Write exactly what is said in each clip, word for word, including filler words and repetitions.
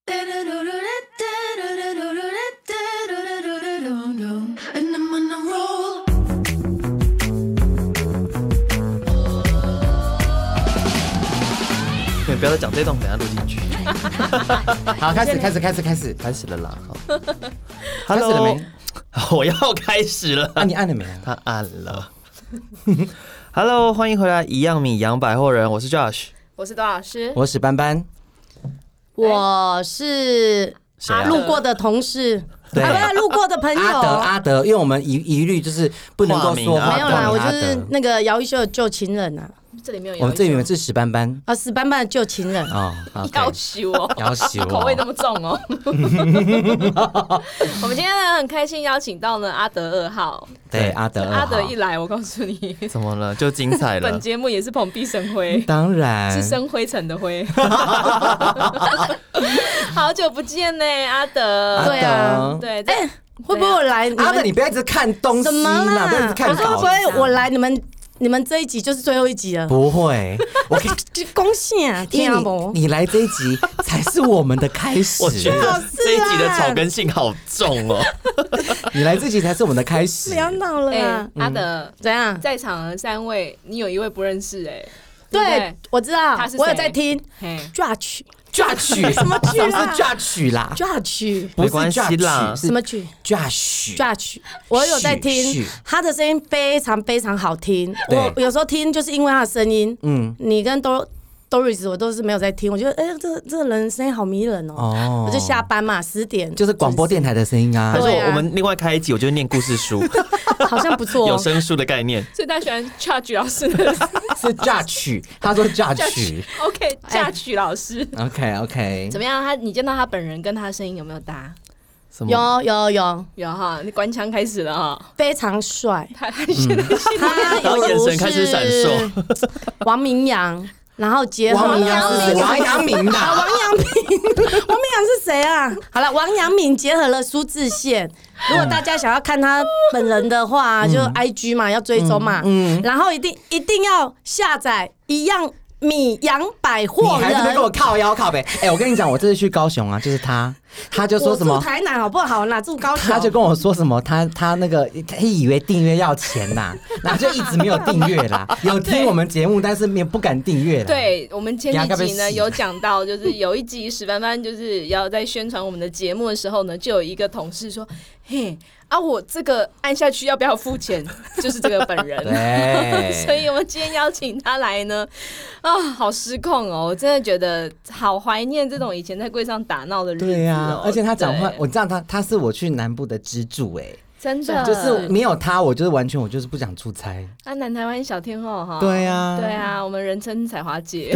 不要再讲这段，等一下录进去。 好，开始，开始，开始，开始， 开始了啦！ 开始了没？ 我要开始了。 啊，你按了没？ 他按了。Hello， 欢迎回来，一样米阳百货人，我是 Josh， 我是段老师， 我是史斑斑， 我是路过的同事， 对， 啊，不是路过的朋友。 阿德，阿德，因为我们一一律就是不能够说话没有啦，我就是那个姚一修的旧情人啊。 这里没有， 我们这里面是史斑斑啊，史斑斑的旧情人哦， 要修哦， 要修哦， 口味那么重哦。我们今天呢很开心邀请到呢阿德二号， 对，阿德二号， 阿德一来，我告诉你， 怎么了？就精彩了。 本节目也是蓬荜生辉， 当然是生灰尘的灰。好久不见呢，阿德。 对啊， 对，哎， 会不会我来？ 阿德，你不要一直看东西啦，不要一直看稿子。 会不会我来你们？你们这一集就是最后一集了？ 不会，我可以恭喜啊！ 听不？你来这一集才是我们的开始。 我觉得这一集的草根性好重哦。 你来这一集才是我们的开始。 不要闹了啊！ 阿德， 怎样？ 在场的三位，你有一位不认识哎。 对，我知道， 他是我有在听。Judge。 抓曲什么曲啦？ 是抓曲啦， 抓曲没关系啦。 什么曲？ 抓曲， 抓曲。我有在听，他的声音非常非常好听。我有时候听就是因为他的声音。嗯，你跟多。Doris 我都是没有在听，我觉得哎、欸，这个这个人声音好迷人 哦, 哦。我就下班嘛，十点就是广播电台的声音啊。 还是我们另外开一集，我就念故事书， 好像不错、哦， 有声书的概念。 所以他喜欢 Judge 老师的， 是 Judge， 他说 Judge。OK， Judge 老师。 OK OK。 怎么样？他你见到他本人跟他的声音有没有搭？ 有有有有哈，你官腔开始了哈， 非常帅。 他他现在他然后眼神开始闪烁。 王明阳。然后结合王阳明，王阳明的， 王阳明，王明阳是谁啊？好了，王阳明结合了苏志燮。如果大家想要看他本人的话，就 I G 嘛，要追踪嘛，嗯，然后一定一定要下载一样米阳百货人。 你还是给我靠腰靠北？哎、欸，我跟你讲，我这次去高雄啊，就是他，他就说什么？ 我住台南好不好？哪住高雄？ 他就跟我说什么？他他那个他以为订阅要钱呐、啊，然后就一直没有订阅啦。有听我们节目，但是没有不敢订阅啦。 对，我们前几集呢有讲到，就是有一集史斑斑就是要在宣传我们的节目的时候呢，就有一个同事说：“嘿。”啊，我这个按下去要不要付钱？就是这个本人，所以我们今天邀请他来呢，啊，好失控哦！我真的觉得好怀念这种以前在柜上打闹的日子、哦。 对呀、啊，而且他讲话，我知道他他是我去南部的支柱哎、欸， 真的， 就是没有他，我就是完全我就是不想出差。 啊，南台湾小天后哈， 对呀、啊， 对啊，我们人称采花姐。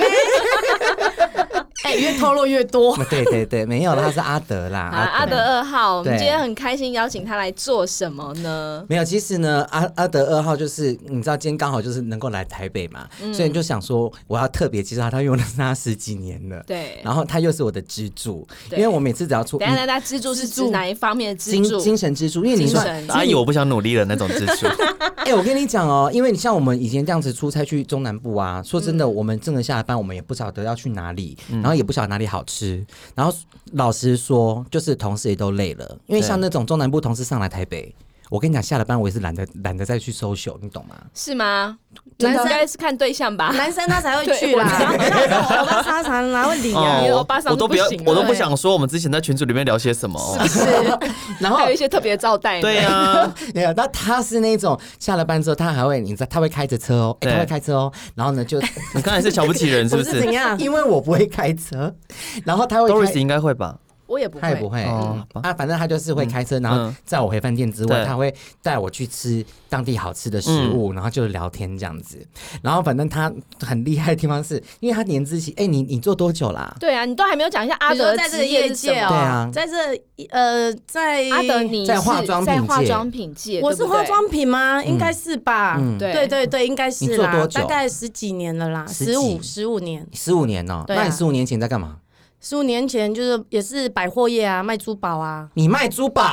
哎、欸，越透露越多。 对对对，没有，他是阿德啦。 啊，阿德二号，我们今天很开心邀请他来做什么呢？ 没有，其实呢，阿阿德二号就是你知道，今天刚好就是能够来台北嘛，嗯、所以就想说我要特别介绍他，因为我认识他十几年了。 对， 然后他又是我的支柱，因为我每次只要出， 等一下等一下，支柱是指哪一方面的支柱？ 精精神支柱，因为你说阿姨我不想努力的那种支柱。 哎、欸，我跟你讲哦，因为你像我们以前这样子出差去中南部啊，说真的，嗯、我们真的下了班，我们也不晓得要去哪里，嗯、然后也不晓得哪里好吃，然后老实说，就是同事也都累了，因为像那种中南部同事上来台北，我跟你讲，下了班我也是懒得懒得再去 social， 你懂吗？ 是吗？男生应该是看对象吧， 男生他才会去啦。欧巴桑桑哪会理啊？ 欧巴桑我都不要，我都不想说我们之前在群组里面聊些什么， 是不是？然后还有一些特别招待。 对啊， 没有。那他是那种下了班之后，他还会，你知道，他会开着车哦，欸、他会开车哦。然后呢，就你刚才是瞧不起人是不是？ 怎样？ 因为我不会开车，然后他会 ，Doris 应该会吧？ 我也不会， 他也不会、哦嗯、啊，反正他就是会开车，然后载我回饭店之外，嗯、他会带我去吃当地好吃的食物，嗯、然后就聊天这样子。然后反正他很厉害的地方是，因为他年资期，哎、欸，你你做多久啦、啊？ 对啊，你都还没有讲一下阿德在这个业界哦。 对啊， 在这呃，在阿德你在化妆品界， 在化妆品界， 我是化妆品吗？应该是吧。 嗯， 对对对对，应该是啦。 你做多久？ 大概十几年了啦，十五十五年， 十五年哦。那你十五年前在干嘛？ 十五年前就是也是百货业啊，卖珠宝啊。 你卖珠宝？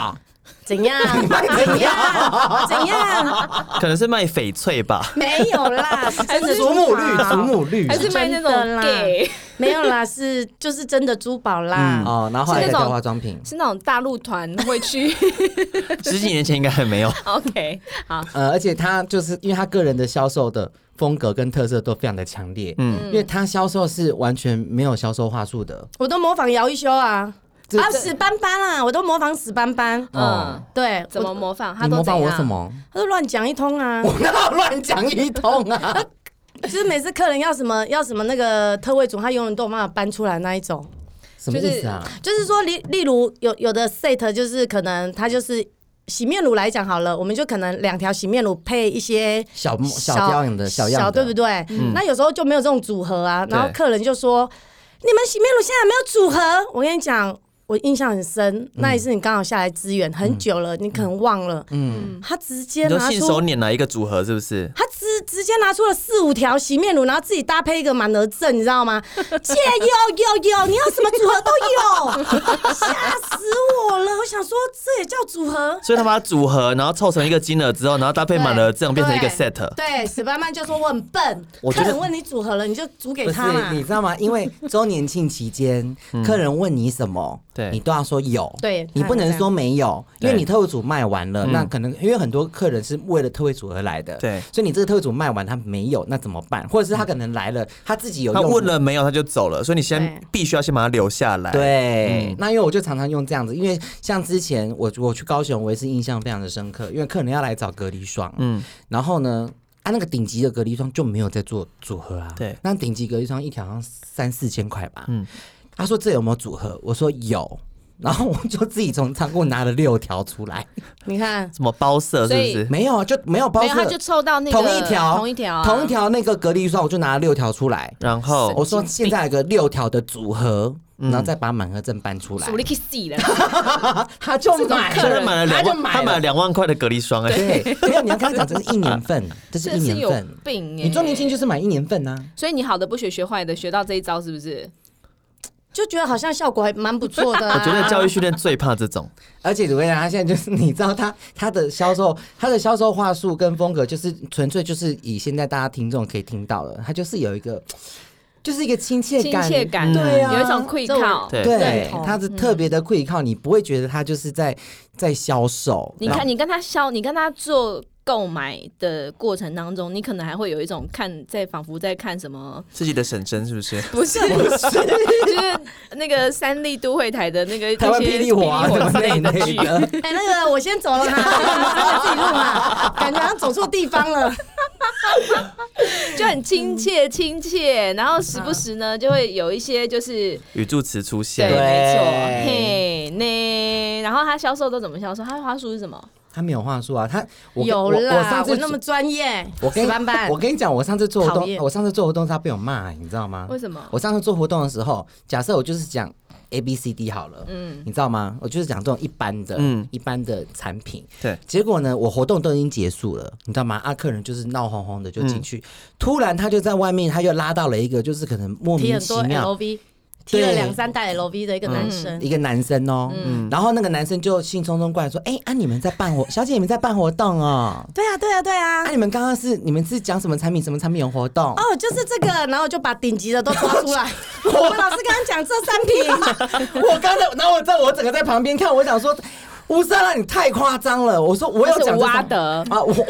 怎样？怎样？怎样？ 可能是卖翡翠吧？ 没有啦，是真的祖母绿，祖母绿， 还是卖那种 gay？ 没有啦，是就是真的珠宝啦。 嗯、哦，然后后来再挑化妆品， 是那种大陆团会去。 十几年前应该还没有。 OK， 好， 呃，而且他就是因为他个人的销售的风格跟特色都非常的强烈，嗯，因为他销售是完全没有销售话术的， 我都模仿姚一修啊。啊，史斑斑啊，我都模仿史斑斑。嗯，对， 怎么模仿？他都模仿我什么？ 他都乱讲一通啊！ 我哪有乱讲一通啊？ 就是每次客人要什么要什么那个特惠组，他永远都有办法搬出来那一种。 什么意思啊？ 就是、就是说，例例如有有的 set 就是可能他就是洗面乳来讲好了，我们就可能两条洗面乳配一些小小样的小样的， 对不对？嗯、那有时候就没有这种组合啊，然后客人就说：“你们洗面乳现在有没有组合？”我跟你讲。我印象很深，那一次你刚好下来支援很久了，你可能忘了。嗯，他直接拿出你就信手拈来一个组合，是不是？ 他直直接拿出了四五条洗面乳，然后自己搭配一个满额赠，你知道吗？姐有有有，你要什么组合都有，吓死我了！我想说这也叫组合？ 所以他把它组合，然后凑成一个金额之后，然后搭配满额赠变成一个 set。 对，史班曼就说我很笨，客人问你组合了，你就组给他嘛。 你知道吗？因为周年庆期间，客人问你什么？你都要说有， 对， 你不能说没有，因为你特惠组卖完了，那可能因为很多客人是为了特惠组而来的， 对， 所以你这个特惠组卖完他没有，那怎么办？或者是他可能来了，他自己有用， 他问了没有他就走了，所以你先必须要先把他留下来。 对，嗯、那因为我就常常用这样子，因为像之前我我去高雄，我也是印象非常的深刻，因为客人要来找隔离霜，嗯，然后呢。啊，那个顶级的隔离霜就没有在做组合啊。 对， 那顶级隔离霜一条好像三四千块吧。嗯，他说这有没有组合？我说有，然后我就自己从仓库拿了六条出来。 你看什么包色是不是？ 没有啊，就没有包色， 没有，他就凑到那个同一条， 同一条、啊， 同一条那个隔离霜，我就拿了六条出来。 然后我说现在有个六条的组合。然后再把满额赠搬出来， 主力去死了， 他就买了， 他买了两万，他买了两万块的隔离霜，哎， 对，没有，你要跟他讲，这是一年份，这是一年份， 有病哎！ 你周年庆就是买一年份啊， 所以你好的不学，学坏的，学到这一招是不是？ 就觉得好像效果还蛮不错的、啊。 我觉得教育训练最怕这种， 而且我跟你讲，他现在就是你知道他他的销售，他的销售话术跟风格，就是纯粹就是以现在大家听众可以听到的，他就是有一个。就是一个亲切感， 亲切感， 对啊， 有一种愧靠， 对，对，他是特别的愧靠，你不会觉得他就是在在销售。 你看，你跟他销，你跟他做购买的过程当中，你可能还会有一种看，在仿佛在看什么自己的婶婶，是不是？ 不是，不是，就是那个三立都会台的那个台湾霹雳火啊之类的剧。 哎，那个我先走了哈，自己录嘛，感觉好像走错地方了。 就很亲切亲切，然后时不时呢就会有一些就是语助词出现， 对，没错，嘿呢，然后他销售都怎么销售？他的话术是什么？ 他没有话术啊，他我有啦， 我上次我那么专业， 我跟班班， 我跟你讲，我上次做活动，我上次做活动他被我骂，你知道吗？ 为什么？ 我上次做活动的时候，假设我就是讲 A B C D 好了，嗯，你知道吗？我就是讲这种一般的，嗯，一般的产品， 对。 结果呢，我活动都已经结束了，你知道吗？啊，客人就是闹哄哄的就进去，嗯、突然他就在外面，他就拉到了一个就是可能莫名其妙。 提了两三袋 L V 的一个男生， 嗯、一个男生哦，嗯、然后那个男生就兴冲冲过来说：“哎、欸，啊，你们在办活，小姐你们在办活动哦？ 对啊，对啊，对啊。 啊，你们刚刚是你们是讲什么产品？什么产品有活动？ 哦，就是这个，然后就把顶级的都抓出来。我们老师刚刚讲这三瓶， 我刚才，然后我在我整个在旁边看，我想说。”吴莎拉，你太夸张了！我说我有讲挖的啊，我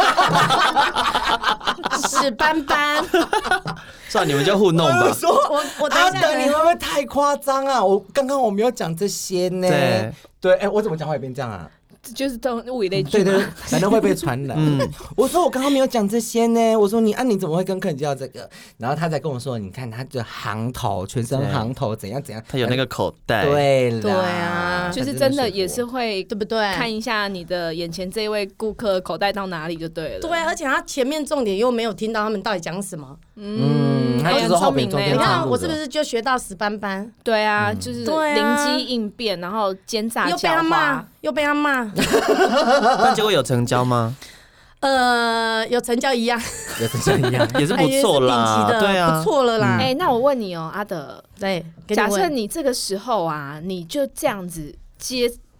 史斑斑， 算了，你们就互弄吧。 我说我我阿德，你会不会太夸张啊？我刚刚我没有讲这些呢。对对，哎、欸，我怎么讲话也变这样啊？ 就是都物以类聚， 对对，反正会被传染。嗯，我说我刚刚没有讲这些呢。我说你啊，你怎么会跟客人介绍这个？然后他才跟我说，你看他的行头，全身行头怎样怎样， 他有那个口袋。 对啦对啊， 就是真的也是会， 对不对？ 看一下你的眼前这一位顾客口袋到哪里就对了。 对，而且他前面重点又没有听到他们到底讲什么。 嗯，他就是后面中间。 你看我是不是就学到史斑斑？ 对啊，就是灵机应变，然后奸诈又被他骂，又被他骂。 但结果有成交吗？ 呃，有成交一样， 有成交一样， 也是不错啦，对啊， 不错了啦。 哎、嗯欸，那我问你哦、喔，阿德， 对， 假设你这个时候啊，你就这样子接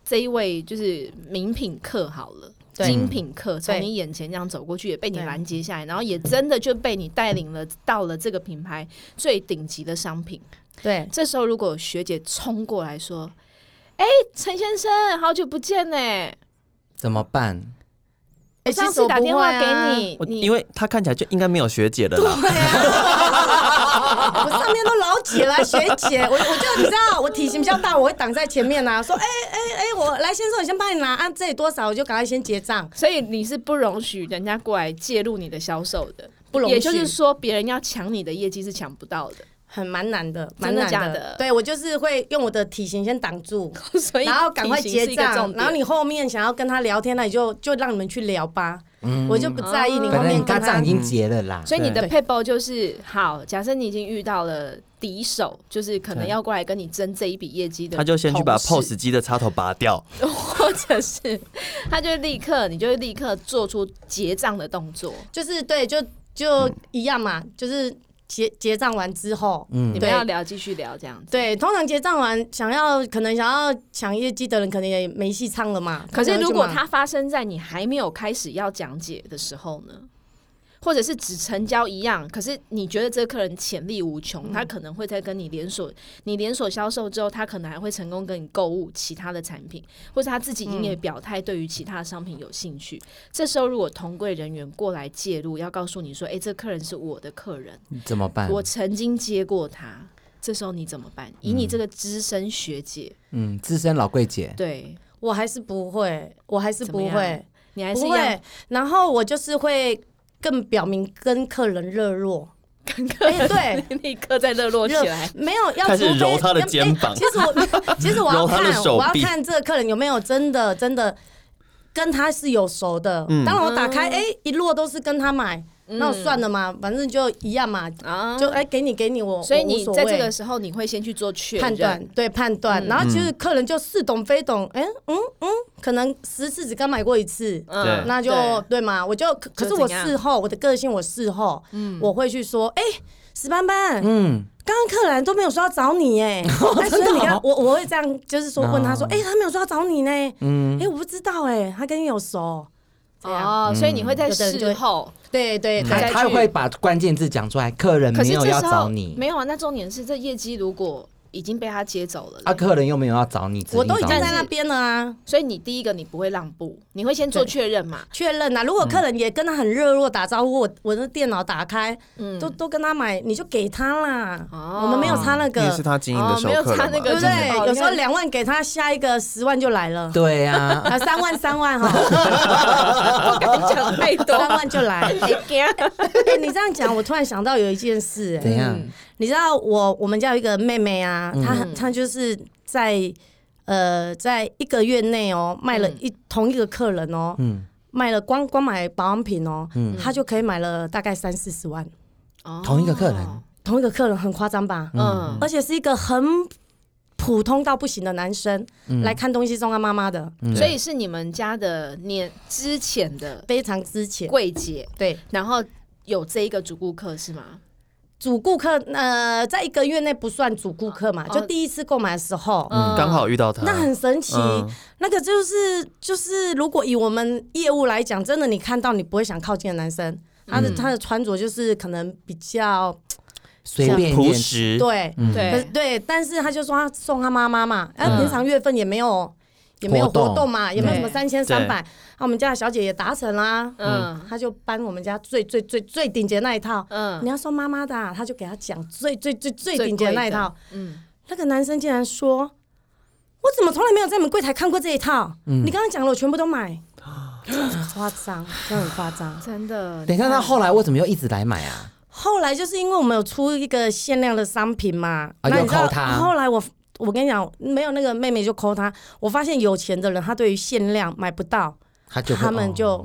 这一位就是名品客好了。精品客从你眼前这样走过去，也被你拦截下来，然后也真的就被你带领了到了这个品牌最顶级的商品。 对， 这时候如果学姐冲过来说：“哎、欸，陈先生，好久不见呢、欸， 怎么办？” 我上次打电话给你， 你因为他看起来就应该没有学姐的啦。 对啊，我上面都老姐啦，学姐，我我就你知道，我体型比较大，我会挡在前面啊，说哎哎哎，我来先生，我先帮你拿啊，这里多少，我就赶快先结账。 所以你是不容许人家过来介入你的销售的， 不容许。 也就是说，别人要抢你的业绩是抢不到的。 很蛮难的，蛮难的。 真的假的？ 对，我就是会用我的体型先挡住， 所以然后赶快结账，然后你后面想要跟他聊天，那你就就让你们去聊吧，嗯、我就不在意你后面跟他。 账已经结了啦， 所以你的配包就是好。假设你已经遇到了敌手，就是可能要过来跟你争这一笔业绩的， 他就先去把 P O S 机的插头拔掉， 或者是他就立刻，你就会立刻做出结账的动作， 就是对，就就一样嘛，嗯、就是。结结账完之后， 嗯，你们要聊，继续聊这样子。 对，通常结账完，想要可能想要抢业绩的人，可能也没戏唱了嘛。 可是如果它发生在你还没有开始要讲解的时候呢？或者是只成交一样，可是你觉得这个客人潜力无穷，嗯、他可能会在跟你连锁，你连锁销售之后，他可能还会成功跟你购物其他的产品，或者他自己已经也表态对于其他的商品有兴趣。嗯、这时候如果同柜人员过来介入，要告诉你说：“哎、欸，这客人是我的客人， 怎么办？ 我曾经接过他。”这时候你怎么办？以你这个资深学姐， 嗯，资深老柜姐， 对我还是不会，我还是不会， 你还是不会。然后我就是会。更表明跟客人热络， 跟客人、 欸、 对立刻再热络起来， 没有要开始揉他的肩膀。 欸、其实我其实我要看我要看这个客人有没有真的真的跟他是有熟的。嗯、当然我打开哎、欸、一摞都是跟他买。那我算了嘛，反正就一样嘛，啊、就哎、欸、给你给你我， 所以你在这个时候你会先去做确认判断，对判断，嗯、然后其实客人就似懂非懂，哎、欸、嗯嗯，可能十次只刚买过一次，嗯、那就 对, 对嘛，我就可是我事后我的个性我事后，嗯、我会去说，哎、欸、史班班，嗯。刚刚客人都没有说要找你哎，哎，所以你看我我会这样，就是说问他说，哎、欸，他没有说要找你呢，嗯，哎、欸，我不知道哎，他跟你有熟。 哦，所以你会在事后， 对对， 他他会把关键字讲出来，客人没有要找你， 没有啊。那重点是这业绩如果已经被他接走了， 啊，客人又没有要找你， 我都已经在那边了啊。 所以你第一个你不会让步，你会先做确认嘛？ 确认啊，如果客人也跟他很热络打招呼，我我的电脑打开，嗯，都都跟他买，你就给他啦。哦，我们没有差那个， 也是他经营的熟客了嘛， 对不对？有时候两万给他，下一个十万就来了。 对呀， 啊，三万三万哈， 我跟你讲太多， 三万就来。哎，你这样讲，我突然想到有一件事， 怎样？ 你知道我我们家有一个妹妹啊，嗯、她她就是在呃在一个月内哦卖了一、嗯、同一个客人哦，嗯、卖了光光买保养品哦，嗯、她就可以买了大概三四十万。 哦，同一个客人， 同一个客人很夸张吧？嗯，而且是一个很普通到不行的男生、嗯、来看东西送他妈妈的、 嗯，所以是你们家的年之前的非常之前柜姐对， 然后有这一个主顾客是吗？ 主顾客呃，在一个月内不算主顾客嘛，哦、就第一次购买的时候， 嗯，刚好遇到他， 那很神奇。嗯、那个就是就是，如果以我们业务来讲，真的你看到你不会想靠近的男生，他的、嗯、他的穿着就是可能比较随便朴实， 对、嗯、对对，但是他就说他送他妈妈嘛，哎、嗯，平常月份也没有。也没有活动嘛，也没有什么三千三百，那我们家的小姐也达成啦，嗯，她就搬我们家最最最最顶级的那一套，嗯，你要送妈妈的、啊，她就给她讲最最最最顶级的那一套，嗯，那个男生竟然说，我怎么从来没有在你们柜台看过这一套？嗯、你刚刚讲了，我全部都买，很夸张，真的很夸张， 真的。 等一下，那后来为什么又一直来买啊？ 后来就是因为我们有出一个限量的商品嘛， 啊，又靠他。 后来我。我跟你讲，没有那个妹妹就call他。我发现有钱的人，他对于限量买不到，他, 就他们就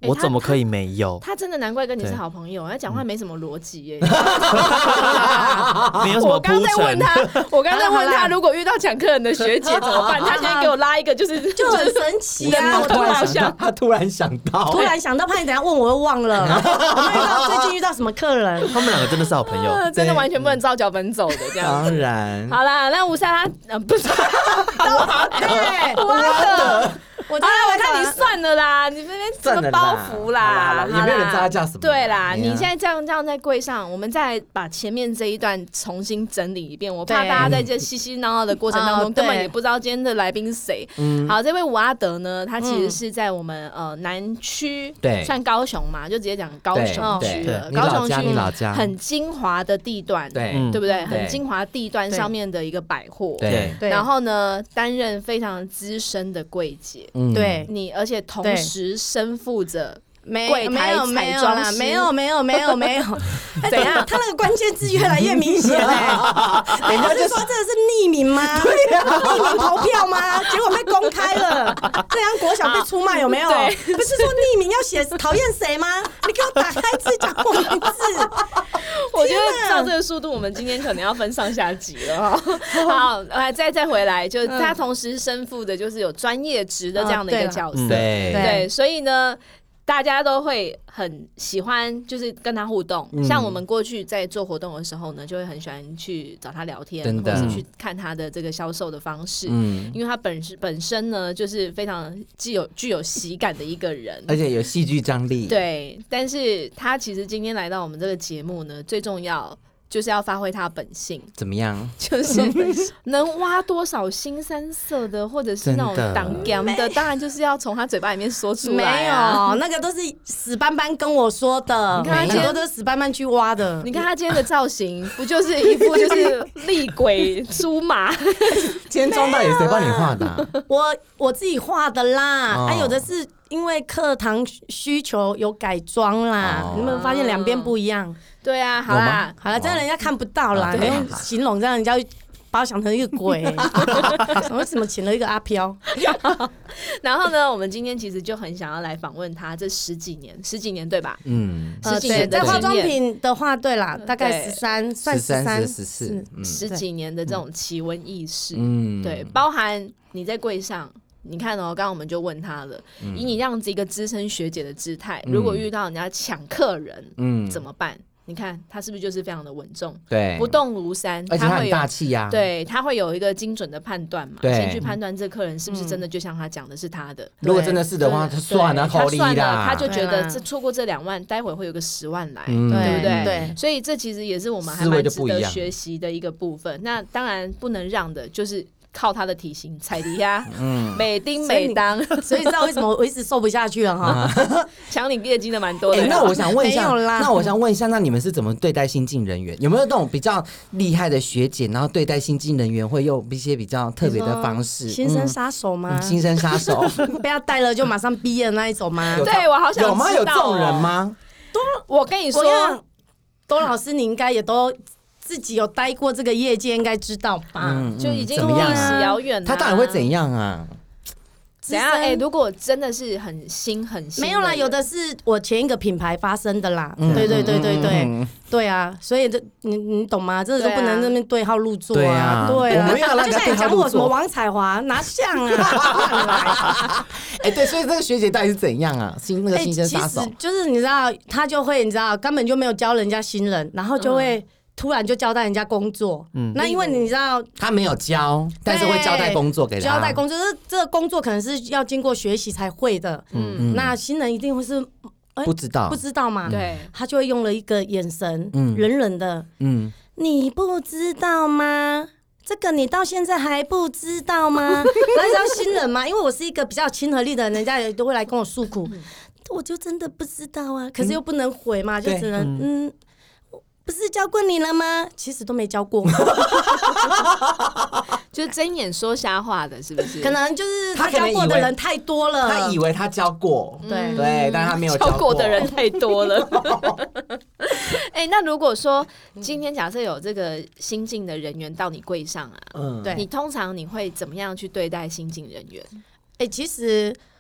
欸、 我怎么可以没有？ 他真的难怪跟你是好朋友，他讲话没什么逻辑耶。 没有什么铺陈。我刚在问他，我刚在问他，如果遇到抢客人的学姐怎么办？他现在给我拉一个，就是就很神奇啊！ 我突然想，他突然想到， 突然想到，怕你等一下问我又忘了。我们遇到最近遇到什么客人？ 他们两个真的是好朋友， 真的完全不能照脚本走的这样。 当然。 好啦，那吴莎拉，呃，不是， 对， 我的。 我好啦，我看你算了啦，你那边什么包袱啦， 也没有人知道他叫什么。 对啦，你现在这样这样在柜上，我们再把前面这一段重新整理一遍。我怕大家在这嬉嬉闹闹的过程当中，根本也不知道今天的来宾是谁。好，这位吴阿德呢，他其实是在我们呃南区，对，算高雄嘛，就直接讲高雄区了。高雄区很精华的地段，对，对不对？很精华地段上面的一个百货，对。然后呢，担任非常资深的柜姐。 对你，而且同时身负着柜台彩妆师， 没有没有没有没有，怎样？他那个关键字越来越明显哎！人家就说这是匿名吗？对呀，匿名投票吗？结果被公开了，这样国小被出卖有没有？不是说匿名要写讨厌谁吗？你给我打开字讲我名字。 我觉得照这个速度，我们今天可能要分上下集了哈。好，来再再回来，就是他同时身负的就是有专业职的这样的一个角色， 对对，所以呢。大家都会很喜欢，就是跟他互动。嗯、像我们过去在做活动的时候呢，就会很喜欢去找他聊天，或者是去看他的这个销售的方式。嗯，因为他本身本身呢，就是非常具有具有喜感的一个人， 而且有戏剧张力。 对，但是他其实今天来到我们这个节目呢，最重要。就是要发挥他本性， 怎么样？ 就是能挖多少新三色的，或者是那种挡干的，当然就是要从他嘴巴里面说出来、 啊。没有，那个都是史班班跟我说的。你看他很多都是史班班去挖的。 你看他今天的造型，不就是一副就是厉鬼出马？ 今天妆到底谁帮你画的、啊？ 我我自己画的啦。哦、啊，有的是因为课堂需求有改妆啦。哦、你有没有发现两边不一样？ 对啊，好啦， 好啦，这样人家看不到啦，你、哦、用形容这样，人家把我想成一个鬼。我为什么请了一个阿飘？ 然后呢，我们今天其实就很想要来访问他这十几年，十几年对吧？嗯，十几年的在化妆品的话，对啦，大概十三，算十三、 十四， 十几年的这种奇闻异事，嗯，对，包含你在柜上。你看哦，刚刚我们就问他了，嗯、以你这样子一个资深学姐的姿态，嗯、如果遇到人家抢客人，嗯，怎么办？你看他是不是就是非常的稳重， 对， 不动如山， 而且他很大气呀、啊， 对，他会有一个精准的判断嘛，先去判断这客人是不是真的就像他讲的是他的。 如果真的是的话，他算了，好利啦，他算了， 他就觉得这错过这两万，待会会有个十万来，嗯、对不对？对，所以这其实也是我们还蛮值得学习的一个部分。那当然不能让的就是。靠他的体型踩底下，嗯，美丁美当， 所以你知道为什么我一直瘦不下去了哈？ 抢你业绩的蛮多的、 欸。那我想问一下，那我想问一下，那你们是怎么对待新进人员？有没有那种比较厉害的学姐，然后对待新进人员会用一些比较特别的方式？ 新生杀手吗？ 嗯、新生杀手， 不要带了就马上毕业那一种吗？ 对，我好想知道、哦、 有吗？有这种人吗？ 我跟你说， 多老师你应该也都。自己有待过这个业界，应该知道吧？ 嗯、就已经历史遥远了。 他到底会怎样啊？ 怎样？哎、欸，如果真的是很新很新， 没有啦，有的是我前一个品牌发生的啦。嗯、对对对对对，嗯、对啊，所以这你你懂吗？这都不能那边对号入座啊。对啊， 我们要就像你讲我什么王彩华，哪像啊？ 哎，对，所以这个学姐到底是怎样啊？新那个新生杀手， 就是你知道，他就会你知道，根本就没有教人家新人，然后就会。嗯突然就交代人家工作，嗯，那因为你知道他没有教，但是会交代工作给他。 交代工作，这这个工作可能是要经过学习才会的，嗯，那新人一定会是、 欸、不知道， 不知道嘛， 对， 他就会用了一个眼神，嗯，冷冷的，嗯，你不知道吗？这个你到现在还不知道吗？那是要新人嘛，因为我是一个比较亲和力的人，人家也都会来跟我诉苦，我就真的不知道啊，可是又不能回嘛，就只能嗯。不是教过你了吗？其实都没教过， 就是睁眼说瞎话的，是不是？ 可能就是他教过的人太多了， 他以为他教过， 对对，但他没有教过, 教过的人太多了。哎、欸，那如果说今天假设有这个新进的人员到你柜上啊，嗯，对，你通常你会怎么样去对待新进人员？ 哎、欸，其实。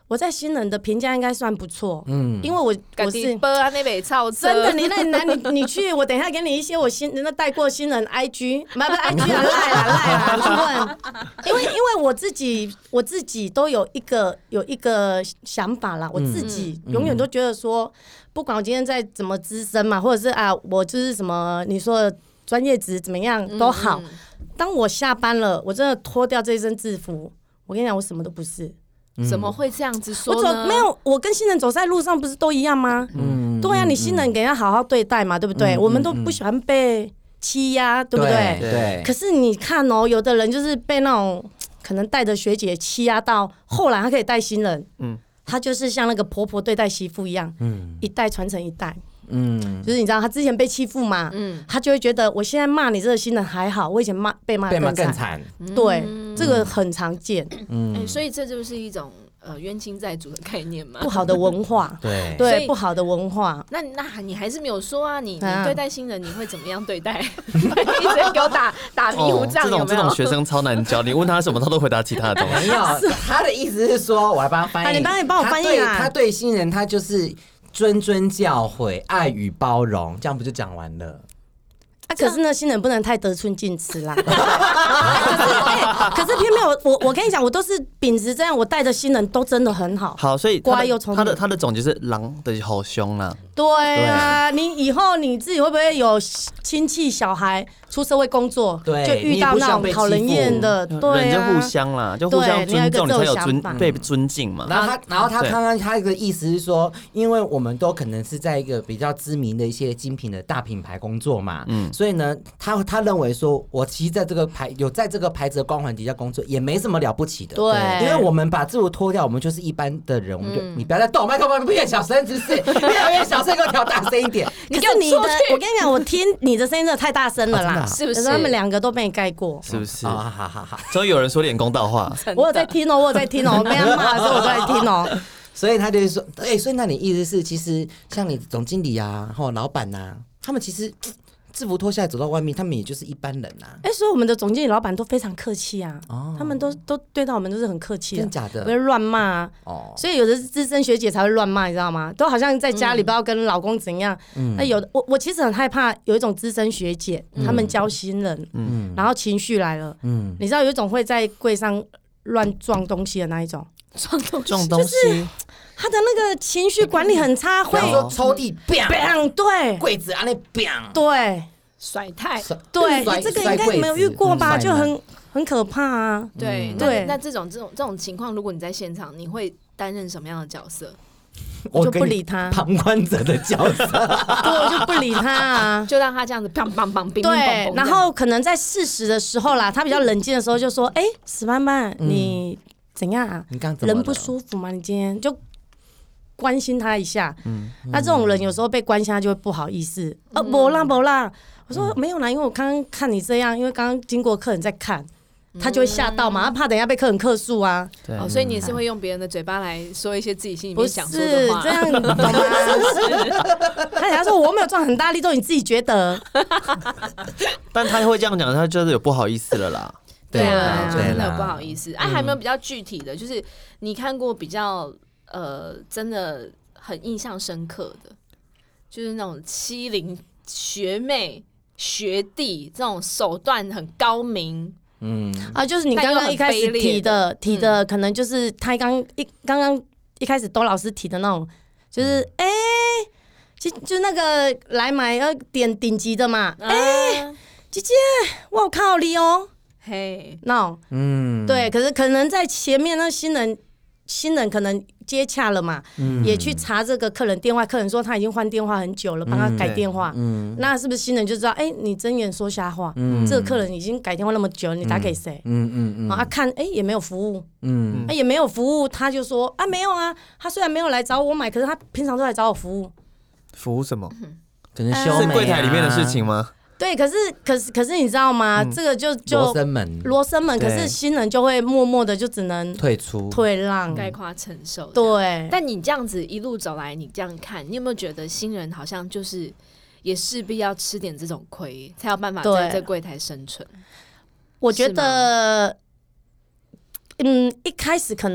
我在新人的评价应该算不错，嗯，因为我我是啊那北超真的，你那那你你去，我等一下给你一些我新那带过新人 I G， 不不 I G 啊赖啦赖啦，去问，因为因为我自己我自己都有一个有一个想法啦，我自己永远都觉得说，不管我今天再怎么资深嘛，或者是啊我就是什么你说的专业值怎么样都好，当我下班了，我真的脱掉这一身制服，我跟你讲，我什么都不是。 怎么会这样子说呢？ 我走没有，我跟新人走在路上不是都一样吗？嗯，对啊，你新人给人家好好对待嘛，对不对？嗯、我们都不喜欢被欺压，对不对？ 对。对可是你看哦，有的人就是被那种可能带着学姐欺压到，后来他可以带新人，嗯，他就是像那个婆婆对待媳妇一样，嗯，一代传承一代。嗯，就是你知道他之前被欺负嘛，嗯，他就会觉得我现在骂你这个新人还好，我以前骂被骂更惨，对，嗯、这个很常见， 嗯、欸，所以这就是一种呃冤亲债主的概念嘛， 不好的文化， 对对，不好的文化。 那那你还是没有说啊，你你对待新人你会怎么样对待？一直给我打打迷糊仗， 哦，这种这种学生超难教，你问他什么他都回答其他的东西。 没有，他的意思是说，我来帮他翻译，啊、 你帮你帮我翻译啊。 他对新人他就是谆谆教诲、爱与包容，这样不就讲完了？ 啊，可是呢，新人不能太得寸进尺啦。可是、欸，可是偏偏我我我跟你讲，我都是秉持这样，我带的新人都真的很好。 好，所以乖又聪明。 他的他的总结是狼的好凶啦。 对啊，你以后你自己会不会有亲戚小孩出社会工作， 对， 就遇到那种讨人厌的，对啊， 人就互相啦，就互相尊重，你才有尊被尊敬嘛。 然后他，然后他刚刚他的意思是说，因为我们都可能是在一个比较知名的一些精品的大品牌工作嘛，嗯，所以呢，他他认为说，我其实在这个牌有在这个牌子的光环底下工作，也没什么了不起的， 对， 因为我们把制服脱掉，我们就是一般的人，我们就、嗯、你不要再动麦克风，变小声，是不是？越来越小声，给我调大声一点。 可是你的，我跟你讲，我听你的声音真的太大声了啦， 啊、 是不是？ 他们两个都被你盖过， 是不是？ 好好好好， 终于有人说点公道话， 我有在听哦，我有在听哦，被他骂的时候我都在听哦。 所以他就是说，哎、欸，所以那你意思是，其实像你总经理啊，然后老板呐、啊，他们其实制服脱下来走到外面，他们也就是一般人啊。 哎、欸，所以我们的总经理老板都非常客气啊，哦、他们都都对待我们都是很客气的， 真假的， 不会乱骂啊。哦，所以有的资深学姐才会乱骂，你知道吗？都好像在家里不知道跟老公怎样。嗯，那有的我我其实很害怕有一种资深学姐，嗯、他们教新人，嗯，然后情绪来了，嗯，你知道有一种会在柜上乱撞东西的那一种。 撞东西， 撞东西， 就是他的那个情绪管理很差，会说抽屉 bang， 对， 柜子啊那 bang， 对， 甩太， 对，这个应该没有遇过吧？就很很可怕啊。 对，嗯、对，那这种这种这种情况，如果你在现场，你会担任什么样的角色？ 我就不理他， 旁观者的角色，对， 我就不理他啊， 就让他这样子砰砰砰，冰冰对，然后可能在适时的时候啦，他比较冷静的时候，就说：“哎、欸，史班班，你。”怎样啊？ 你刚怎么了？ 人不舒服吗？你今天就关心他一下。嗯，那这种人有时候被关心，他就会不好意思。呃、嗯，没啦没啦，我说、嗯、没有啦，因为我刚刚看你这样，因为刚刚经过客人在看，他就会吓到嘛，他怕等一下被客人客诉啊。 对、 哦，所以你也是会用别人的嘴巴来说一些自己心里面想说的话。 不是这样，你懂吗？他人家说我没有撞很大力，都你自己觉得。 但他会这样讲，他就是有不好意思了啦。 对啊，就真的不好意思。哎、啊，还有没有比较具体的？就是你看过比较呃，真的很印象深刻的，就是那种欺凌学妹、学弟这种手段很高明。嗯啊，就是你刚刚一开始提的提的，可能就是他刚一刚刚一开始兜老师提的那种，就是哎、嗯欸，就就那个来买要点顶级的嘛，哎、啊欸，姐姐，我有靠你哦。 嘿， 那嗯，对，可是可能在前面那新人，新人可能接洽了嘛，嗯、也去查这个客人电话，客人说他已经换电话很久了，帮他改电话，嗯，那是不是新人就知道，哎、欸，你睁眼说瞎话，嗯，这个客人已经改电话那么久了，你打给谁？嗯嗯嗯，啊看，哎、欸、也没有服务，嗯，啊也没有服务，他就说啊没有啊，他虽然没有来找我买，可是他平常都来找我服务， 服务什么？ 可能修美、啊、 是柜台里面的事情吗？ 对，可是可是可是你知道吗？嗯、这个就就罗生门， 罗生门。可是新人就会默默的就只能退出、 退让、 概括承受。 对。 但你这样子一路走来，你这样看，你有没有觉得新人好像就是也势必要吃点这种亏，才有办法在这柜台生存？ 我觉得，嗯，一开始可能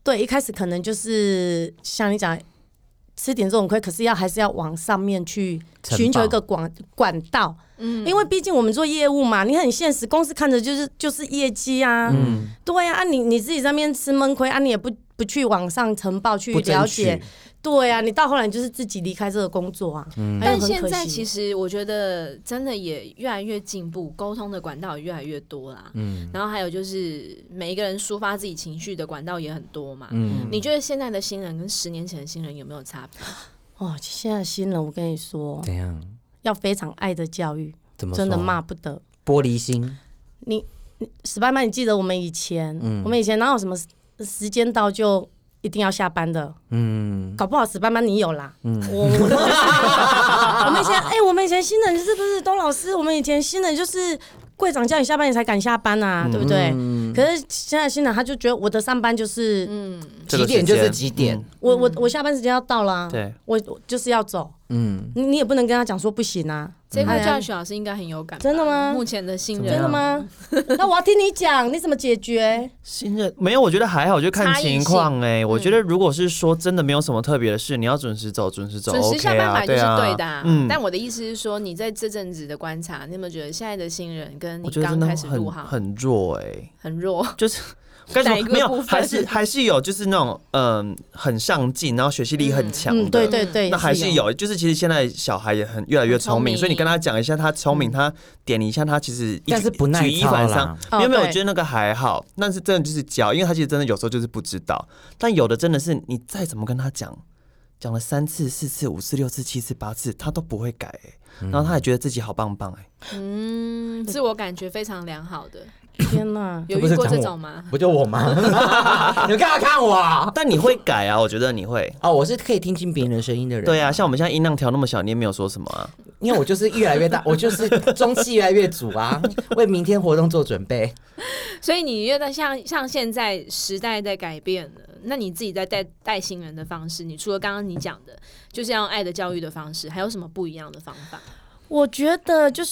对，一开始可能就是像你讲吃点这种亏，可是要还是要往上面去寻求一个管管道。嗯，因为毕竟我们做业务嘛，你很现实，公司看着就是就是业绩啊，嗯，对啊，你你自己在那边吃闷亏啊，你也不不去往上呈报去了解，对啊，你到后来你就是自己离开这个工作啊。嗯， 但现在其实我觉得真的也越来越进步，沟通的管道也越来越多啦。嗯，然后还有就是每一个人抒发自己情绪的管道也很多嘛。嗯，你觉得现在的新人跟十年前的新人有没有差别？ 哦，现在的新人我跟你说， 怎样？ 要非常爱的教育， 怎么真的骂不得， 玻璃心。 你史班班，你记得我们以前，嗯、我们以前哪有什么时间到就一定要下班的？嗯，搞不好史班班你有啦。嗯，我我们以前，哎、欸，我们以前新人是不是都老师？我们以前新人就是柜长叫你下班，你才敢下班啊，嗯、对不对？嗯、可是现在新人他就觉得我的上班就是，嗯， 几点就是几点， 嗯、我我我下班时间要到了、啊， 对， 我就是要走。嗯，你你也不能跟他讲说不行啊。 这块教学老师应该很有感， 真的吗？ 目前的新人真的吗？那我要听你讲，你怎么解决？ 新人没有，我觉得还好，就看情况哎、欸。我觉得如果是说真的没有什么特别的事，你要准时走，准时走， 准时下班买就是对的、啊。 啊、 嗯，但我的意思是说，你在这阵子的观察，你有没有觉得现在的新人跟你刚开始入行很弱哎、欸， 很弱， 就是。哪一个没有，还是还是有，就是那种嗯很上进，然后学习力很强的、嗯， 对对对， 那还是有，就是其实现在小孩也很越来越聪明，所以你跟他讲一下他聪明，他点一下他其实但是不耐操啦， 没有没有，我觉得那个还好，但是真的就是教，因为他其实真的有时候就是不知道，但有的真的是你再怎么跟他讲，讲了三次、四次、五次、六次、七次、八次，他都不会改、欸，然后他还觉得自己好棒棒哎、 欸，嗯，自我感觉非常良好的。 天哪， 有遇过这种吗？ 不就我吗？你干嘛看我、啊？ 但你会改啊，我觉得你会。 哦，我是可以听进别人的声音的人、啊。 对啊，像我们现在音量调那么小，你也没有说什么啊。 因为我就是越来越大，我就是中气越来越足啊，为明天活动做准备。 所以你觉得像像现在时代在改变了，那你自己在带带新人的方式，你除了刚刚你讲的，就是要用爱的教育的方式，还有什么不一样的方法？ 我觉得就是，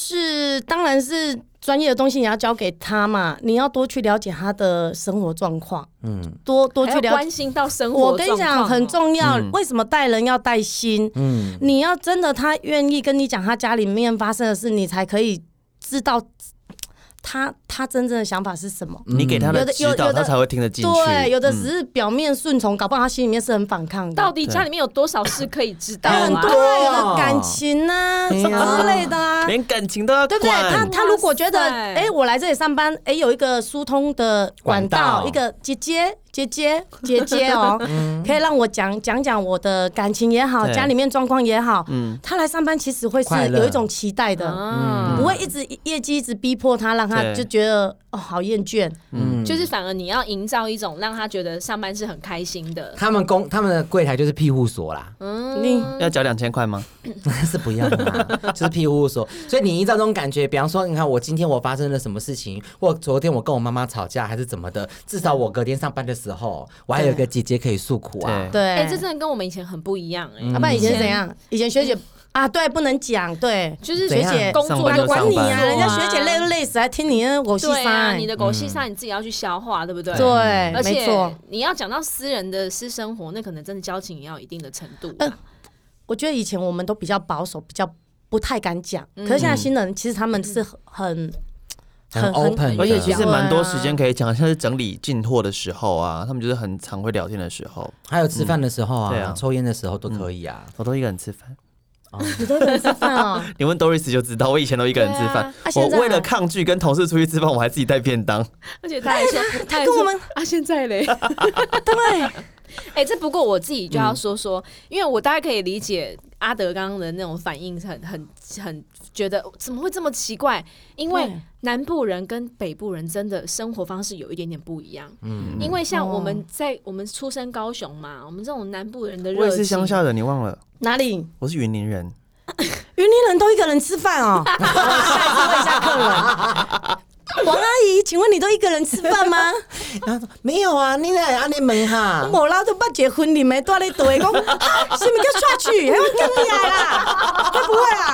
当然是专业的东西你要交给他嘛，你要多去了解他的生活状况，嗯，多多去了解， 关心到生活状况。 我跟你讲很重要，嗯、为什么带人要带心？嗯，你要真的他愿意跟你讲他家里面发生的事，你才可以知道。他他真正的想法是什么？ 你给他的指导，他才会听得进去。 对，有的只是表面顺从，搞不好他心里面是很反抗的。 到底家里面有多少事可以知道啊？ 很多的感情啊，什么之类的啊， 连感情都要管， 对不对？他他如果觉得，哎、欸，我来这里上班，哎、欸，有一个疏通的管道，一个姐姐。姐姐，姐姐哦，嗯、可以让我讲讲讲我的感情也好，家里面状况也好。嗯，他来上班其实会是有一种期待的，嗯、不会一直业绩一直逼迫他，让他就觉得哦好厌倦。 嗯，就是反而你要营造一种让他觉得上班是很开心的。 他们公他们的柜台就是庇护所啦。 嗯，你要缴两千块吗？ 是不要的嘛，就是庇护所。所以你营造这种感觉，比方说，你看我今天我发生了什么事情，或昨天我跟我妈妈吵架，还是怎么的，至少我隔天上班的时候，我还有一个姐姐可以诉苦啊。 对， 哎、欸，这真的跟我们以前很不一样哎、欸。 要、嗯啊、不然以前怎样？以前学姐。啊，对，不能讲，对， 就是学姐工作就管你啊，人家学姐累都累死，还听你那狗屁对啊，你的狗屁啥你自己要去消化，嗯、对不对？ 对， 而且没错， 你要讲到私人的私生活，那可能真的交情也要有一定的程度、啊呃。 我觉得以前我们都比较保守，比较不太敢讲，嗯、可是现在新人其实他们是很。 很 open， 而且其实蛮多时间可以讲，像是整理进货的时候啊，他们就是很常会聊天的时候， 还有吃饭的时候啊， 嗯、啊抽烟的时候都可以啊。 嗯、我都一个人吃饭。 哦、你都一个人吃饭哦？ 你问 Doris 就知道，我以前都一个人吃饭。啊啊、我为了抗拒跟同事出去吃饭，我还自己带便当。 而且他还说， 欸、他还跟我们啊，现在嘞， 对。 哎、欸，这不过我自己就要说说，嗯、因为我大概可以理解阿德刚刚的那种反应很，很很很觉得怎么会这么奇怪？因为南部人跟北部人真的生活方式有一点点不一样。嗯，因为像我们在、哦、我们出生高雄嘛，我们这种南部人的热情， 我也是乡下人，你忘了哪里？ 我是云林人。 云林人都一个人吃饭哦。我下次问一下客人。王阿姨，请问你都一个人吃饭吗？ 然后说没有啊，你来安尼问哈。 无啦，都捌结婚你没住咧厝，讲什么叫出去？还要跟你来啦？会不会啊？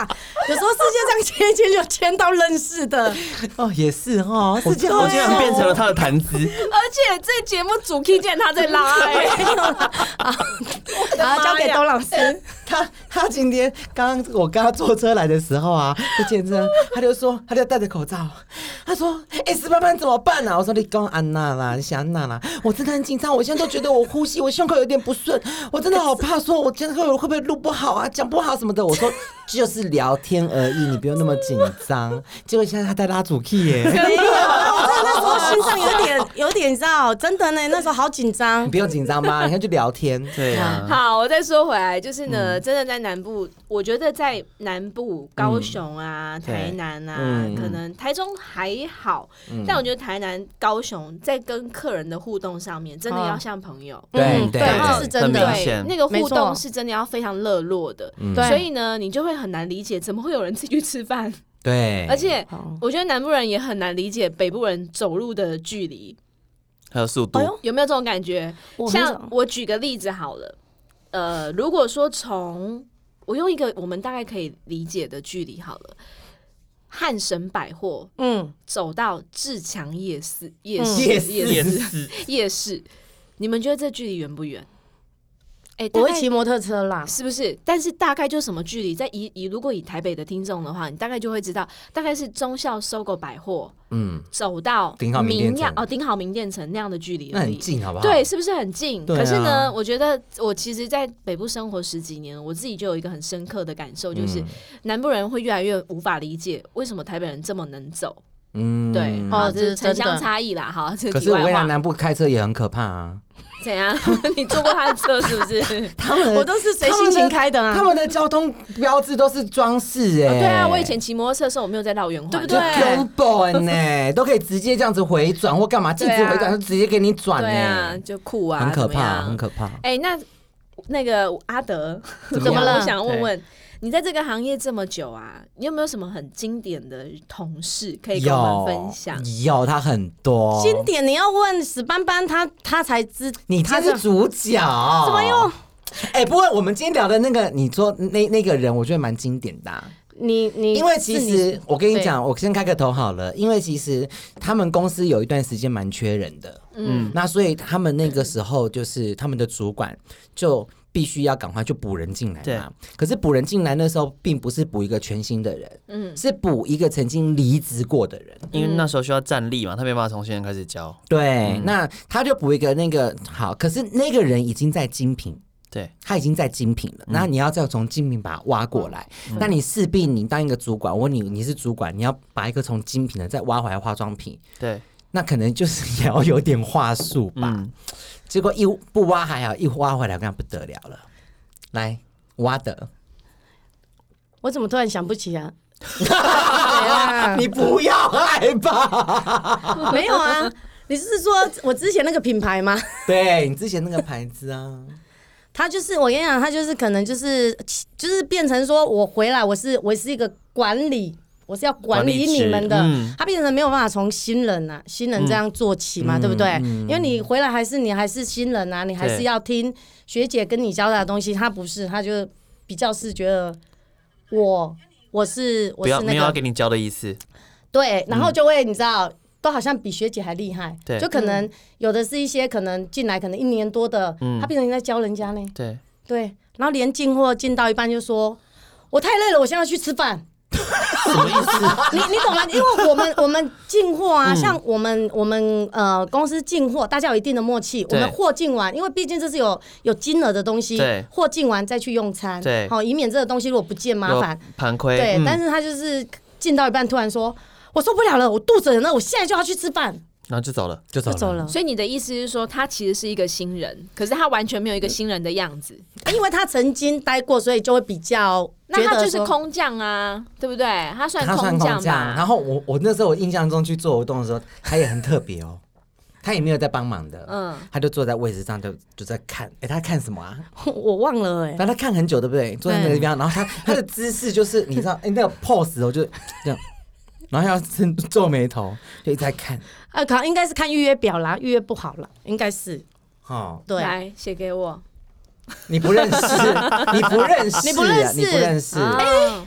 有时候世界这样牵一牵就牵到认识的。 哦，也是哦，世界我竟然变成了他的谈资。 而且这节目主 key 竟然他在拉哎、欸， 好，交给董老师。 他他今天刚刚我刚刚坐车来的时候啊，就见证他就说，他就戴着口罩，他说：“哎、欸，石斑斑怎么办啊？”我说：“你刚安娜啦，你想安娜啦，我真的很紧张，我现在都觉得我呼吸，我胸口有点不顺，我真的好怕，说我今天会会不会录不好啊，讲不好什么的。”我说：“就是聊天而已，你不用那么紧张。”结果现在他在拉主 key 耶、欸， 没有，我真的那时候心脏有点有点，你知道，真的呢，那时候好紧张。 你不用紧张吧？你看就聊天， 对啊。 好，我再说回来，就是呢，嗯、真的在南部，我觉得在南部，高雄啊、嗯、台南啊、嗯，可能台中还好、嗯，但我觉得台南、高雄在跟客人的互动上面，真的要像朋友。 对、嗯、对， 这是真的。 对，那个互动是真的要非常热络的、嗯，所以呢，你就会很难理解，怎么会有人自己去吃饭？ 对， 而且我觉得南部人也很难理解北部人走路的距离， 还有速度， 有没有这种感觉？像我举个例子好了。呃，如果说从我用一个我们大概可以理解的距离好了，汉神百货，嗯，走到自强夜市，夜市，夜市，夜市，夜市，你们觉得这距离远不远？哎、欸， 我会骑摩托车啦， 是不是？但是大概就什么距离？在以以如果以台北的听众的话，你大概就会知道，大概是忠孝收购百货，嗯，走到明亚哦，顶好名店城那样的距离， 那很近，好不好？ 对，是不是很近？ 啊、 可是呢，我觉得我其实，在北部生活十几年，我自己就有一个很深刻的感受，就是、嗯、南部人会越来越无法理解为什么台北人这么能走。嗯，对，哦，这是城乡差异啦，哈。 可是我跟你讲，南部开车也很可怕啊。 怎样？你坐过他的车是不是？ 他们我都是随心情开的啊。 他们的交通标志都是装饰哎。 对啊，我以前骑摩托车的时候，我没有在绕圆环，对不对？ 根本呢，都可以直接这样子回转或干嘛，禁止回转就直接给你转对啊，就酷啊， 很可怕，很可怕。 哎、欸，那那个阿德怎么了？ 我想问问。你在这个行业这么久啊，你有没有什么很经典的同事可以跟我们分享？ 有，有他很多经典。你要问史斑斑，他他才知， 你他是主角， 怎么用？ 哎、欸，不过我们今天聊的那个，你说那那个人，我觉得蛮经典的、啊。 你你， 因为其实我跟你讲，我先开个头好了。因为其实他们公司有一段时间蛮缺人的，嗯，那所以他们那个时候就是他们的主管就必须要赶快就补人进来嘛。可是补人进来那时候并不是补一个全新的人，嗯，是补一个曾经离职过的人， 因为那时候需要站立嘛，他没办法从现在开始教。 对，嗯、那他就补一个那个好，可是那个人已经在精品。 对， 他已经在精品了，那、嗯、你要再从精品把它挖过来，嗯、那你势必你当一个主管，我问你，你是主管，你要把一个从精品的再挖回来化妆品， 对， 那可能就是也要有点话术吧。嗯、结果一不挖还好，一挖回来跟他不得了了。来，挖的， 我怎么突然想不起啊？ 你不要害怕， 没有啊。你是说我之前那个品牌吗？ 对，你之前那个牌子啊， 他就是我跟你讲，他就是可能就是就是变成说我回来我是我是一个管理，我是要管理你们的，嗯、他变成没有办法从新人啊新人这样做起嘛，嗯、对不对？嗯、因为你回来还是你还是新人啊，你还是要听学姐跟你交代的东西，他不是，他就比较是觉得我我是我是那个不要没有要给你教的意思， 对，然后就会你知道。都好像比学姐还厉害，就可能有的是一些可能进来可能一年多的，嗯、他变成在教人家呢。 对对，然后连进货进到一半就说：“我太累了，我现在要去吃饭。” 什么意思？ 你你懂吗？因为我们我们进货啊，嗯、像我们我们呃公司进货，大家有一定的默契。我们货进完，因为毕竟这是有有金额的东西，货进完再去用餐， 对， 好，以免这个东西如果不见麻烦盘亏。 对， 嗯、 但是他就是进到一半突然说。我受不了了，我肚子很饿，我现在就要去吃饭， 然后就走了， 就走了。 走了。 所以你的意思是说，他其实是一个新人，可是他完全没有一个新人的样子， 因为他曾经待过，所以就会比较。 那他就是空降啊，对不对？他算空降吧。 然后我我那时候我印象中去做活动的时候，他也很特别哦，他也没有在帮忙的，嗯，他就坐在位置上就就在看，哎、欸，他看什么啊？ 我忘了哎、欸。 反正他看很久，对不对？坐在那个地方，然后他他的姿势就是你知道，哎、欸，那个 pose 我就这样。然后要皱眉头，就一直在看。 啊，可能应该是看预约表啦，预约不好了，应该是。 哦， 对， 来写给我。 你不认识，你不认识， 你不认识， 你不认识。 哎、欸，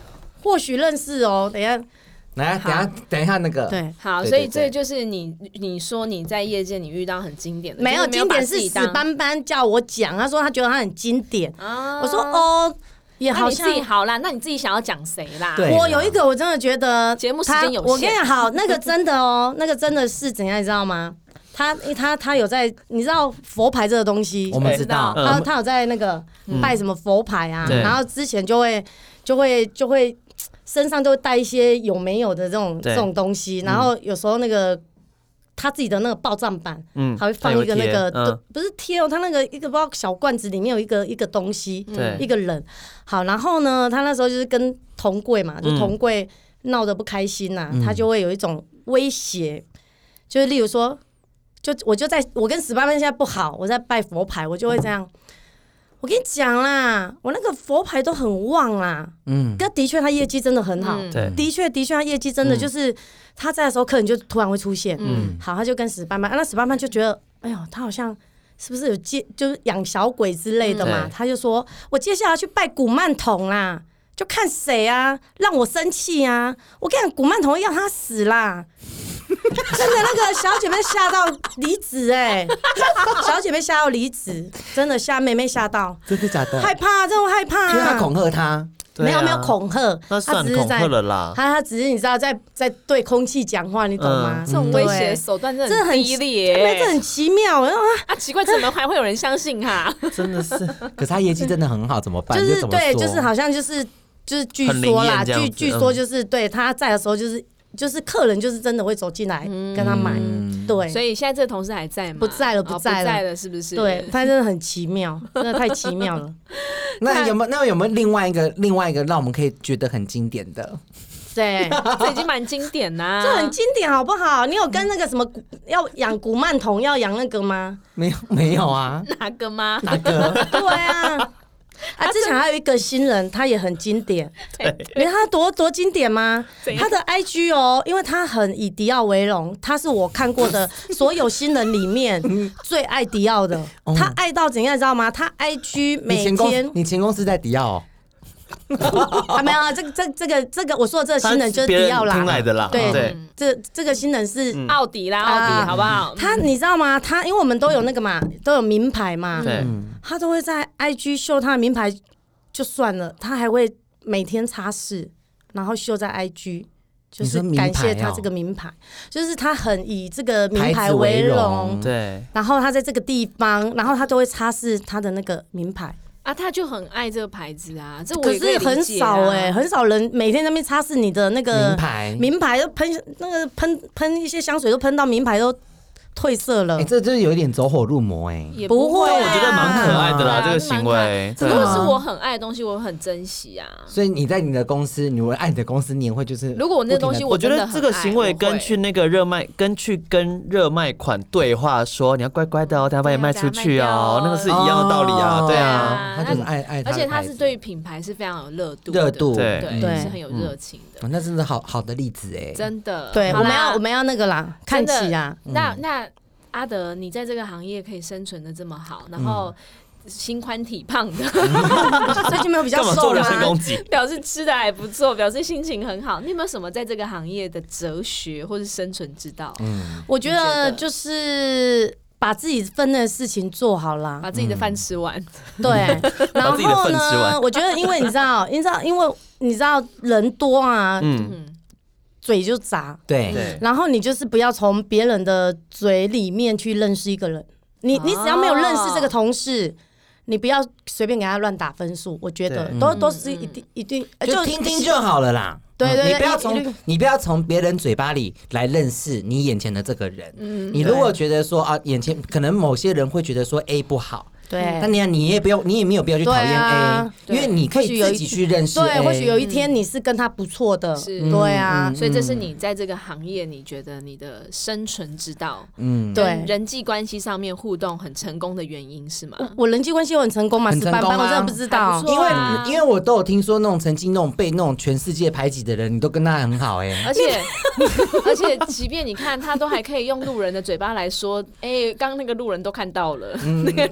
或许认识哦。等一下， 来，等一下，等一下那个， 对， 好， 对对所以这就是你你说你在业界你遇到很经典的， 没有就是经典是把自己当史斑斑叫我讲，他说他觉得他很经典， 啊我说哦，也那你好像自己好啦，那你自己想要讲谁啦？ 对我有一个我真的觉得节目时他间有限我跟你讲，好，那个真的哦，那个真的是怎样，你知道吗？他他他有在，你知道佛牌这个东西， 我们知道， 嗯他他有在那个拜什么佛牌啊， 对然后之前就会就会就会身上就会带一些有没有的这种对这种东西，然后有时候那个他自己的那个报账版， 嗯， 还会放一个那个它有贴嗯不是贴哦，他那个一个不知道小罐子里面有一个一个东西， 对一个人。好，然后呢，他那时候就是跟同柜嘛，就同柜闹得不开心呐、 嗯他就会有一种威胁，就是例如说。就我就在我跟史班班现在不好，我在拜佛牌，我就会这样。我跟你讲啦，我那个佛牌都很旺啦。 嗯， 但的确他业绩真的很好， 嗯对的确的确他业绩真的就是他在的时候，客人就突然会出现。 嗯好，他就跟史班班，啊那史班班就觉得，哎呦，他好像是不是有接就是养小鬼之类的嘛？ 嗯对他就说我接下来要去拜古曼童啦，就看谁啊让我生气啊！我跟你讲，古曼童要他死啦！真的，那个小姐妹吓到离职哎，小姐妹吓到离职，真的吓妹妹吓到， 真的假的？ 害怕，真的害怕、 因为他恐吓他， 对啊没有没有恐吓，他那算恐只是在吓了啦。 他他只是你知道在在对空气讲话，你懂吗？ 嗯这种威胁手段真的很这很低劣、 对这很奇妙。然后啊，奇怪，怎么还会有人相信他？ 真的是， 可是他业绩真的很好，怎么办？ 就是对， 怎么说就是好像就是就是据很灵说啦， 验这样据子嗯据说就是对他在的时候，就是就是客人就是真的会走进来跟他买，对， 所以现在这个同事还在吗？ 不在了哦不在了不在了，是不是？ 对他真的很奇妙，真的太奇妙了。 那有没有那有没有另外一个另外一个让我们可以觉得很经典的？ 对， 这已经蛮经典啦、 这很经典好不好？你有跟那个什么古要养古曼童要养那个吗？ 没有没有啊， 哪个吗？ 哪个？ 对啊。啊，之前还有一个新人，他也很经典。你看他多多经典吗？他的 I G 哦，因为他很以迪奥为荣，他是我看过的所有新人里面最爱迪奥的。他爱到怎样，你知道吗？他 I G 你每前公天你前公司在迪奥哦， 啊，没有啊，这个这这个这个我说的这个新人就是迪奥啦， 别人听来的啦对对这这个新人是奥迪啦，奥啊迪，好不好？ 他，你知道吗？他因为我们都有那个嘛，都有名牌嘛， 对， 他都会在 I G 秀他的名牌，就算了，他还会每天擦拭，然后秀在 I G， 就是你说名牌哦感谢他这个名牌，就是他很以这个名牌牌子为荣为荣， 对， 然后他在这个地方，然后他都会擦拭他的那个名牌， 啊，他就很爱这个牌子啊，这我可也可以是很理解啊少哎、很少人每天在那边擦拭你的那个名牌名牌都喷那个喷喷一些香水，都喷到名牌都褪色了。 哎，这就是有一点走火入魔哎。 也不会会啊， 我觉得蛮可爱的啦， 对啊这个行为。 这蛮可爱。如对啊果是我很爱的东西，我会很珍惜啊。 所以你在你的公司，你会爱你的公司，你也会就是如果我那个东西我觉真的很得这个行为爱跟去那个热卖，跟去跟热卖款对话说你要乖乖的哦，等下把你卖出去哦，那个是一样的道理啊， 哦对啊， 啊他就是爱爱他的牌子， 而且他是对于品牌是非常有热度的， 热度对对， 对是很有热情的， 哦那真的好好的例子哎。 真的。 对，我们好啦要我们要那个啦，看真的齐啊。 那那阿德，你在这个行业可以生存的这么好，然后心宽体胖的， 最近没有比较干嘛瘦做人身吗？ 攻击？ 表示吃的还不错，表示心情很好。你有没有什么在这个行业的哲学或是生存之道？ 嗯， 我觉你觉得得就是把自己分内的事情做好啦。 把自己的饭吃完， 对，然把自己的后份吃完呢，我觉得因为你知道，你知道，因为你知道人多啊， 嗯， 嗯， 嘴就杂， 对， 对， 然后你就是不要从别人的嘴里面去认识一个人。你你只要没有认识这个同事，你不要随便给他乱打分数。我觉得对都都是一定一定就听听就好了啦。 对对对你不要一律从你不要从别人嘴巴里来认识你眼前的这个人。 嗯你如果觉得说啊，眼前可能某些人会觉得说 A 不好， 对那你你也不用，你也没有必要去讨厌对 A， 啊因为你可或许有一以自己去认识 A。 对，或许有一天你是跟他不错的， 是对啊嗯， 所以这是你在这个行业，你觉得你的生存之道， 嗯， 对跟人际关系上面互动很成功的原因是吗？ 我人际关系有很成功吗？ 很十班班成功啊我真的不知道还不。错因为啊因为我都有听说那种曾经那种被那种全世界排挤的人，你都跟他很好哎。 而且而且，即便你看他都还可以用路人的嘴巴来说，哎、刚刚那个路人都看到了，那个路哦，对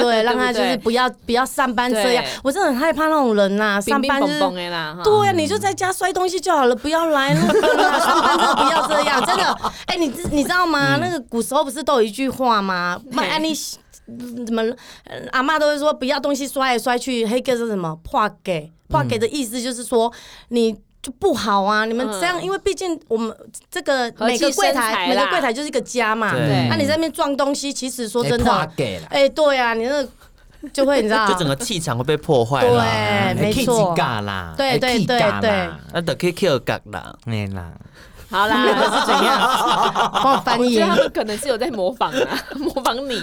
对，让他就是不要不要上班这样。我真的很害怕那种人呐，上班就是对呀，你就在家摔东西就好了，不要来那个啦，上班真的不要这样，真的。哎，你你知道吗？那个古时候不是都有一句话吗？妈，你怎么阿嬷都会说不要东西摔来摔去，黑个是什么破给破给的意思就是说你。就不好啊！你们这样，嗯、因为毕竟我们这个每个柜台，每个柜台就是一个家嘛。对，那、啊、你在那边撞东西，其实说真的，哎、欸，对啊，你那就会你知道， 就整个气场会被破坏了。对，没错。 啦， 对对对对， 那得可以 kill 嘎啦， 没啦。 好啦， 是怎样？帮我翻译。 我觉得他们可能是有在模仿啊，模仿你。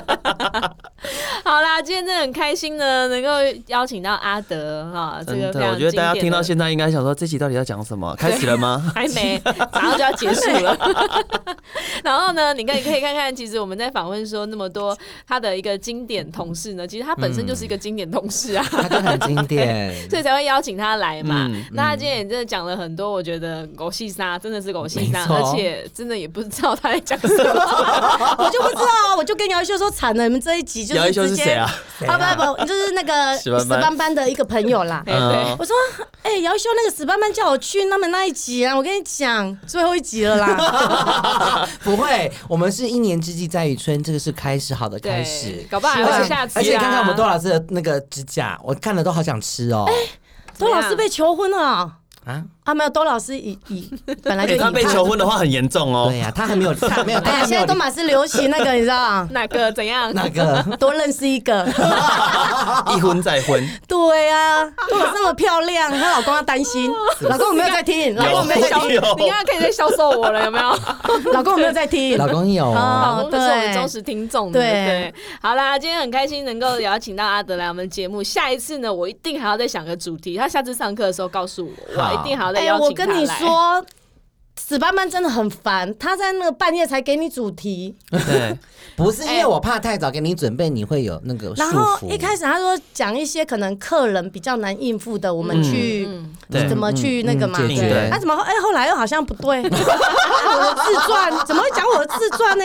好啦，今天真的很开心呢，能够邀请到阿德哈，这个非常我觉得大家听到现在应该想说，这集到底要讲什么？开始了吗？ 还没，马上就要结束了。然后呢，你可以可以看看，其实我们在访问说那么多他的一个经典同事呢，其实他本身就是一个经典同事啊， 他就很经典， 所以才会邀请他来嘛。嗯、那他今天也真的讲了很多，我觉得狗戏沙真的是狗戏沙，而且真的也不知道他在讲什么， 我就不知道，我就跟姚一秀说惨了，你们这一集就是直接啊， 啊不不，就是那个史班班的一个朋友啦。嗯、我说，哎、欸，姚一秀那个史班班叫我去他们那一集啊，我跟你讲，最后一集了啦。 不会，我们是一年之计在于春，这个是开始好的开始， 搞不好还会下次、啊。 而且看看我们多老师的那个指甲，我看了都好想吃哦。哎、欸， 多老师被求婚了啊！啊啊没有，周老师已已本来就、欸、 他被求婚的话很严重哦。 对呀、啊，他还没有，他没有。 哎呀，现在都满是流行那个，你知道哪个怎样？ 哪个多认识一个， 一婚再婚。 对啊，多这么漂亮，她老公要担心。老公我没有在听，老公我没有在听。 你看可以在销售我了，有没有？ 老公我没有在听， 老公有， 老公是我们忠实听众。对对，好啦，今天很开心能够邀请到阿德来我们节目。下一次呢，我一定还要再想个主题。他下次上课的时候告诉我，我一定还要再邀请他来。 我跟你说，史班班真的很烦，他在那个半夜才给你主题。 对，不是因为我怕太早给你准备，你会有那个束缚。 然后一开始他说讲一些可能客人比较难应付的，我们去、嗯、怎么去那个嘛？ 嗯、对， 他、啊、怎么哎、欸、后来又好像不对，我的自传怎么会讲我的自传呢？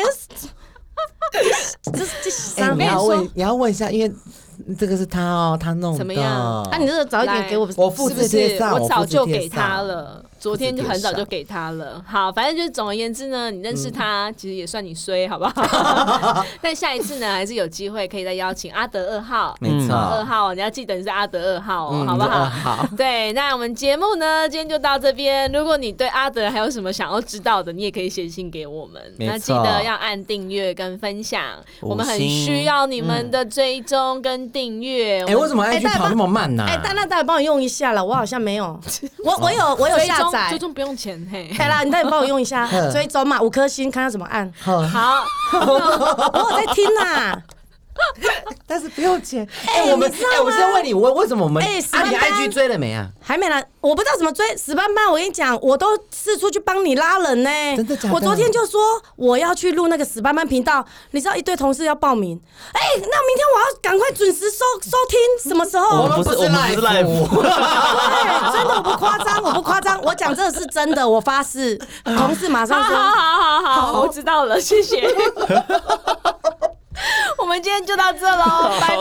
这这、欸、 你要问你要问一下，因为。这个是他哦，他弄的。 怎么样？ 那、啊、你这个早一点给我， 我复制贴上， 我早就给他了。昨天就很早就给他了。好，反正就是总而言之呢，你认识他、嗯、其实也算你衰，好不好？但下一次呢，还是有机会可以再邀请阿德二号。 没错， 二号你要记得你是阿德二号哦， 嗯、 好不好？ 好。 对，那我们节目呢，今天就到这边。如果你对阿德还有什么想要知道的，你也可以写信给我们。那记得要按订阅跟分享，我们很需要你们的追踪跟订阅。 哎、欸，为什么 I G 跑那么慢呢、啊？ 哎、欸，大那大家帮我用一下了，我好像没有。我我有我有下载。 追踪不用钱嘿， 对啦，你待会帮我用一下追踪嘛，五颗星，看他怎么按。 好， 我有在听呐， 但是不用钱。哎、欸，我们哎、欸，我先问你，我为什么我们哎， 欸、 啊，你 I G 追了没啊？ 还没来，我不知道怎么追。史班班，我跟你讲，我都四处去帮你拉人呢、欸。 真的假的？ 我昨天就说我要去录那个史班班频道，你知道一堆同事要报名。哎、欸，那明天我要赶快准时收收听，什么时候？ 我们不是我们不是 live， 对，真的我不夸张，我不夸张，我讲这个是真的，我发誓。同事马上说， 好好好好，我知道了，谢谢。我们今天就到这喽，拜